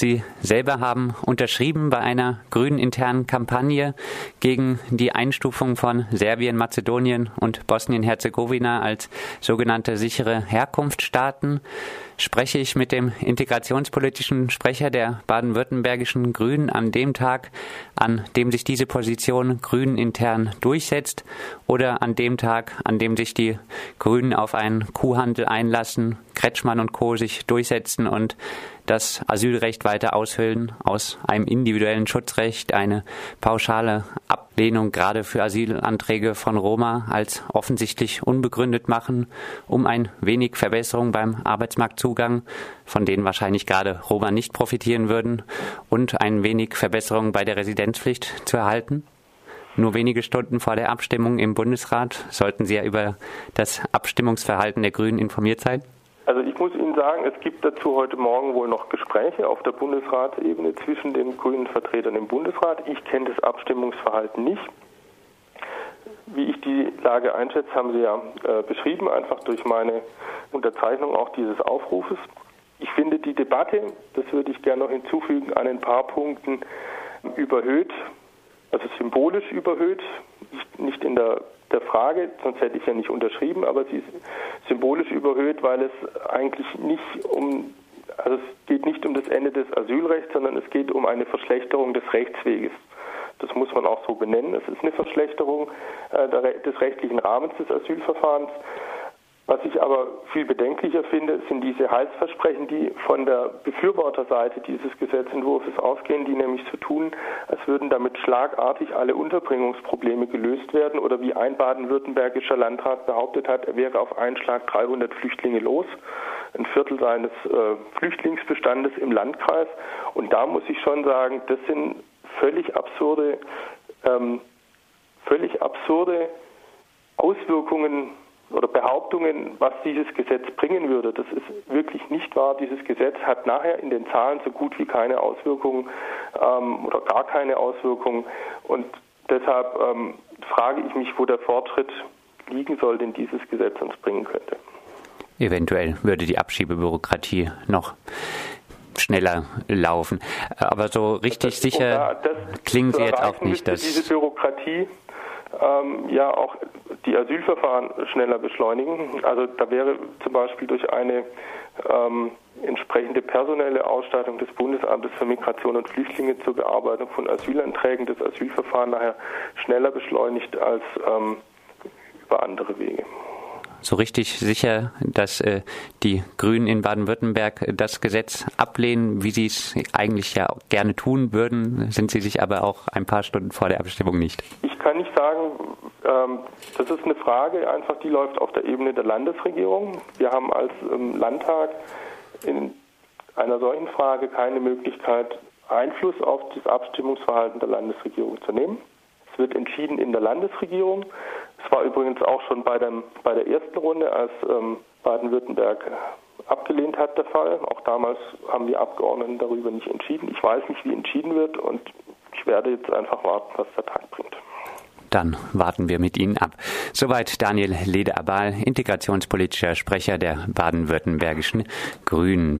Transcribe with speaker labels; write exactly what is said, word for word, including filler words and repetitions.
Speaker 1: Sie selber haben unterschrieben bei einer grünen internen Kampagne gegen die Einstufung von Serbien, Mazedonien und Bosnien-Herzegowina als sogenannte sichere Herkunftsstaaten. Spreche ich mit dem integrationspolitischen Sprecher der baden-württembergischen Grünen an dem Tag, an dem sich diese Position Grünen intern durchsetzt, oder an dem Tag, an dem sich die Grünen auf einen Kuhhandel einlassen, Kretschmann und Co. sich durchsetzen und das Asylrecht weiter aushöhlen, aus einem individuellen Schutzrecht eine pauschale Ablehnung gerade für Asylanträge von Roma als offensichtlich unbegründet machen, um ein wenig Verbesserung beim Arbeitsmarktzugang, von denen wahrscheinlich gerade Roma nicht profitieren würden, und ein wenig Verbesserung bei der Residenzpflicht zu erhalten? Nur wenige Stunden vor der Abstimmung im Bundesrat sollten Sie ja über das Abstimmungsverhalten der Grünen informiert sein.
Speaker 2: Also ich muss Ihnen sagen, es gibt dazu heute Morgen wohl noch Gespräche auf der Bundesratsebene zwischen den grünen Vertretern im Bundesrat. Ich kenne das Abstimmungsverhalten nicht. Wie ich die Lage einschätze, haben Sie ja äh, beschrieben, einfach durch meine Unterzeichnung auch dieses Aufrufes. Ich finde die Debatte, das würde ich gerne noch hinzufügen, an ein paar Punkten überhöht, also symbolisch überhöht, nicht, nicht in der der Frage, sonst hätte ich ja nicht unterschrieben, aber sie ist symbolisch überhöht, weil es eigentlich nicht um, also es geht nicht um das Ende des Asylrechts, sondern es geht um eine Verschlechterung des Rechtsweges. Das muss man auch so benennen. Es ist eine Verschlechterung äh, des rechtlichen Rahmens des Asylverfahrens. Was ich aber viel bedenklicher finde, sind diese Heilsversprechen, die von der Befürworterseite dieses Gesetzentwurfs ausgehen, die nämlich so tun, als würden damit schlagartig alle Unterbringungsprobleme gelöst werden, oder wie ein baden-württembergischer Landrat behauptet hat, er wäre auf einen Schlag dreihundert Flüchtlinge los, ein Viertel seines äh, Flüchtlingsbestandes im Landkreis. Und da muss ich schon sagen, das sind völlig absurde, ähm, völlig absurde Auswirkungen oder Behauptungen, was dieses Gesetz bringen würde. Das ist wirklich nicht wahr. Dieses Gesetz hat nachher in den Zahlen so gut wie keine Auswirkungen ähm, oder gar keine Auswirkungen. Und deshalb ähm, frage ich mich, wo der Fortschritt liegen soll, den dieses Gesetz uns bringen könnte.
Speaker 1: Eventuell würde die Abschiebebürokratie noch schneller laufen. Aber so richtig das, sicher da, klingen Sie jetzt auch nicht. Dass
Speaker 2: diese Bürokratie ähm, ja auch die Asylverfahren schneller beschleunigen. Also da wäre zum Beispiel durch eine ähm, entsprechende personelle Ausstattung des Bundesamtes für Migration und Flüchtlinge zur Bearbeitung von Asylanträgen das Asylverfahren nachher schneller beschleunigt als ähm, über andere Wege.
Speaker 1: So richtig sicher, dass äh, die Grünen in Baden-Württemberg das Gesetz ablehnen, wie sie es eigentlich ja gerne tun würden, sind sie sich aber auch ein paar Stunden vor der Abstimmung nicht.
Speaker 2: Ich kann nicht sagen, ähm, das ist eine Frage, einfach die läuft auf der Ebene der Landesregierung. Wir haben als ähm, Landtag in einer solchen Frage keine Möglichkeit, Einfluss auf das Abstimmungsverhalten der Landesregierung zu nehmen. Es wird entschieden in der Landesregierung. Es war übrigens auch schon bei, dem, bei der ersten Runde, als ähm, Baden-Württemberg abgelehnt hat, der Fall. Auch damals haben die Abgeordneten darüber nicht entschieden. Ich weiß nicht, wie entschieden wird, und ich werde jetzt einfach warten, was der Tag bringt.
Speaker 1: Dann warten wir mit Ihnen ab. Soweit Daniel Lede-Abal, integrationspolitischer Sprecher der baden-württembergischen Grünen.